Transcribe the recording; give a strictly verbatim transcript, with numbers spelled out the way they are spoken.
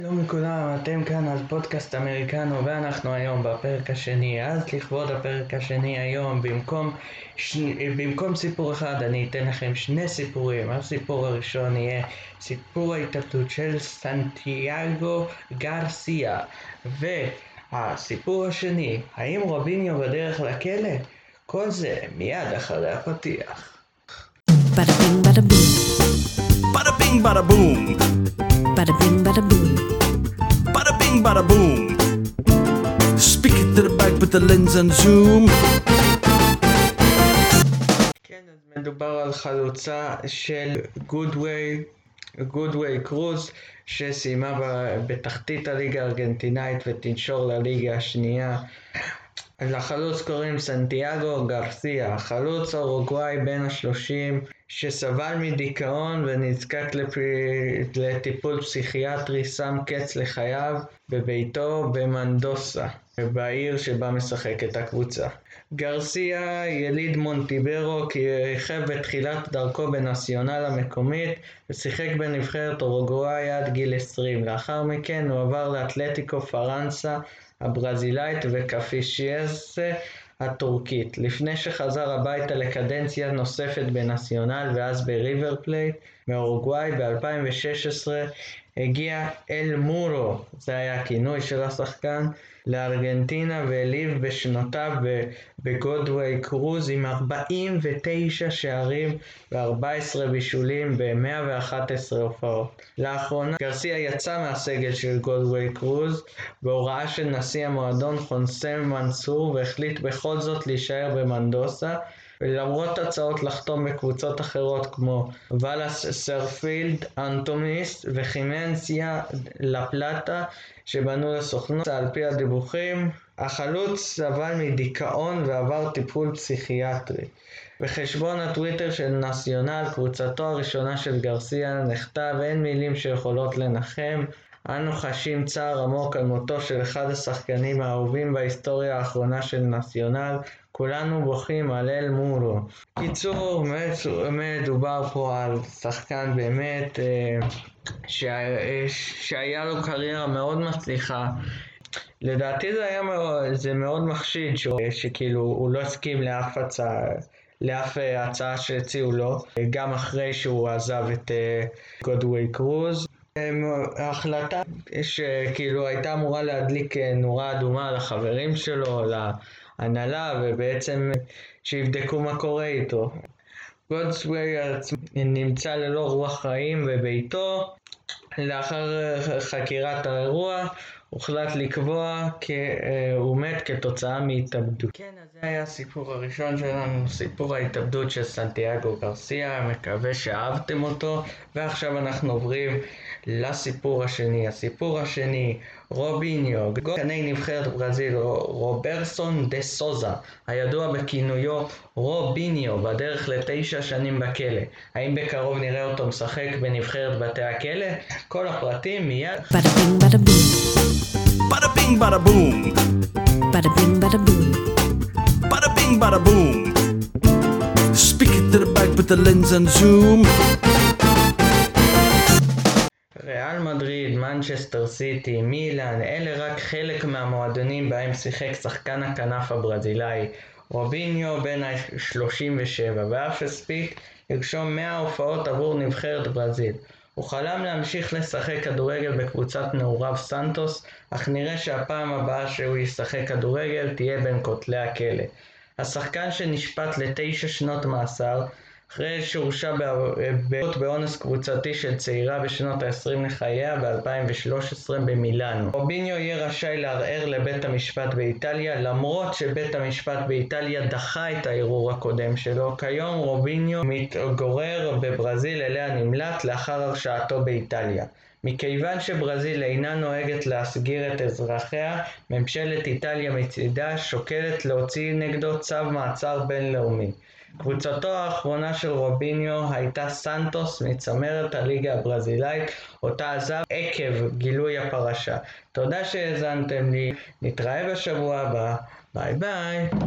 שלום לכולם, אתם כאן על פודקאסט אמריקנו ואנחנו היום בפרק השני. אז לכבוד הפרק השני היום, במקום, ש... במקום סיפור אחד אני אתן לכם שני סיפורים. הסיפור הראשון יהיה סיפור ההתאבדות של סנטיאגו גרסיה, והסיפור השני, האם רוביניו בדרך לכלא? כל זה מיד אחרי הפתיח. Bada bing, bada boom. Bada bing, bada boom. Bada bing, bada boom. Bada bing, bada boom. Speak it to the back with the lens and zoom. כן, אז מדובר על חלוצה של גודווי, גודווי קרוז, שסיימה בתחתית הליגה הארגנטינאית ותנשור לליגה השנייה. לחלוץ קוראים סנטיאגו גרסיה, חלוץ אורוגוואי בן השלושים שסבל מדיכאון ונזקק לפ... לטיפול פסיכיאטרי, שם קץ לחייו בביתו במנדוסה, בעיר שבה משחקת הקבוצה. גרסיה יליד מונטיברו, כי החל בתחילת דרכו בנציונל המקומית ושיחק בנבחרת אורוגוואי עד גיל עשרים. לאחר מכן הוא עבר לאתלטיקו פרנסה הברזילאית וקפישיאסה הטורקית, לפני שחזר הביתה לקדנציה נוספת בנציונל ואז בריבר פלייט מאורוגוואי. ב-אלפיים ושש עשרה הגיע אל מורו, זה היה הכינוי של השחקן, לארגנטינה והעליב בשנותיו בגודווי קרוז עם ארבעים ותשע שערים ו-ארבעה עשר בישולים ב-מאה ואחת עשרה הופעות. לאחרונה גרסיה יצא מהסגל של גודווי קרוז בהוראה של נשיא המועדון חוסה מנסור, והחליט בכל זאת להישאר במנדוסה, ולמרות הצעות לחתום בקבוצות אחרות כמו ולאס סרפילד, אנטומיסט וחימנסיה לפלטה שבנו לסוכנות. על פי הדיווחים, החלוץ סבל מדיכאון ועבר טיפול פסיכיאטרי. בחשבון הטוויטר של נציונל, קבוצתו הראשונה של גרסיה, נכתב: אין מילים שיכולות לנחם, אנו חשים צער עמוק על מותו של אחד השחקנים האהובים בהיסטוריה האחרונה של נציונל, כולנו בוכים על אל מורו. קיצור, מדובר פה על שחקן באמת שהיה לו קריירה מאוד מצליחה. לדעתי זה היה מאוד, זה מאוד מחשיד שכאילו הוא לא הסכים לאף הצעה לאף הצעה שהציעו לו, גם אחרי שהוא עזב את גודווי קרוז. ההחלטה שכאילו הייתה אמורה להדליק נורה אדומה לחברים שלו, להנהלה, ובעצם שיבדקו מה קורה איתו. גודווי נמצא ללא רוח חיים בביתו. לאחר חקירת האירוע הוחלט לקבוע כי הוא מת כתוצאה מהתאבדות. כן, אז זה היה הסיפור הראשון שלנו, סיפור ההתאבדות של סנטיאגו גרסיה. מקווה שאהבתם אותו. ועכשיו אנחנו עוברים לסיפור השני. הסיפור השני, רוביניו, גולקני נבחרת ברזיל רוברסון דה סוזה, הידוע בכינויו רוביניו, בדרך לתשע שנים בכלא. האם בקרוב נראה אותו משחק בנבחרת בתי הכלא? כל הפרטים מיד. Bada bing, bada boom. Bada bing, bada boom. Bada bing, bada boom. Bada bing, bada boom. Speak it to the back with the lens and zoom. ריאל מדריד, מנצ'סטר סיטי, מילאן, אלה רק חלק מהמועדונים בהם שיחק שחקן הכנף הברזילאי רוביניו בן ה-שלושים ושבע, ואף הספיק לרשום מאה הופעות עבור נבחרת ברזיל. הוא חלם להמשיך לשחק כדורגל בקבוצת נעוריו סנטוס, אך נראה שהפעם הבאה שהוא ישחק כדורגל תהיה בין כותלי הכלא. השחקן שנשפט לתשע שנות מאסר אחרי שהורשע באונס קבוצתי של צעירה בשנות ה-עשרים לחייה ב-אלפיים ושלוש עשרה במילאנו. רוביניו יהיה רשאי לערער לבית המשפט באיטליה, למרות שבית המשפט באיטליה דחה את הערעור הקודם שלו. כיום רוביניו מתגורר בברזיל, אליה נמלט לאחר הרשעתו באיטליה. מכיוון שברזיל אינה נוהגת להסגיר את אזרחיה, ממשלת איטליה מצידה שוקלת להוציא נגדו צו מעצר בינלאומי. קבוצתו האחרונה של רוביניו הייתה סנטוס מצמרת הליגה הברזילאית, אותה עזב עקב גילוי הפרשה. תודה שהאזנתם לי, נתראה בשבוע הבא, ביי ביי.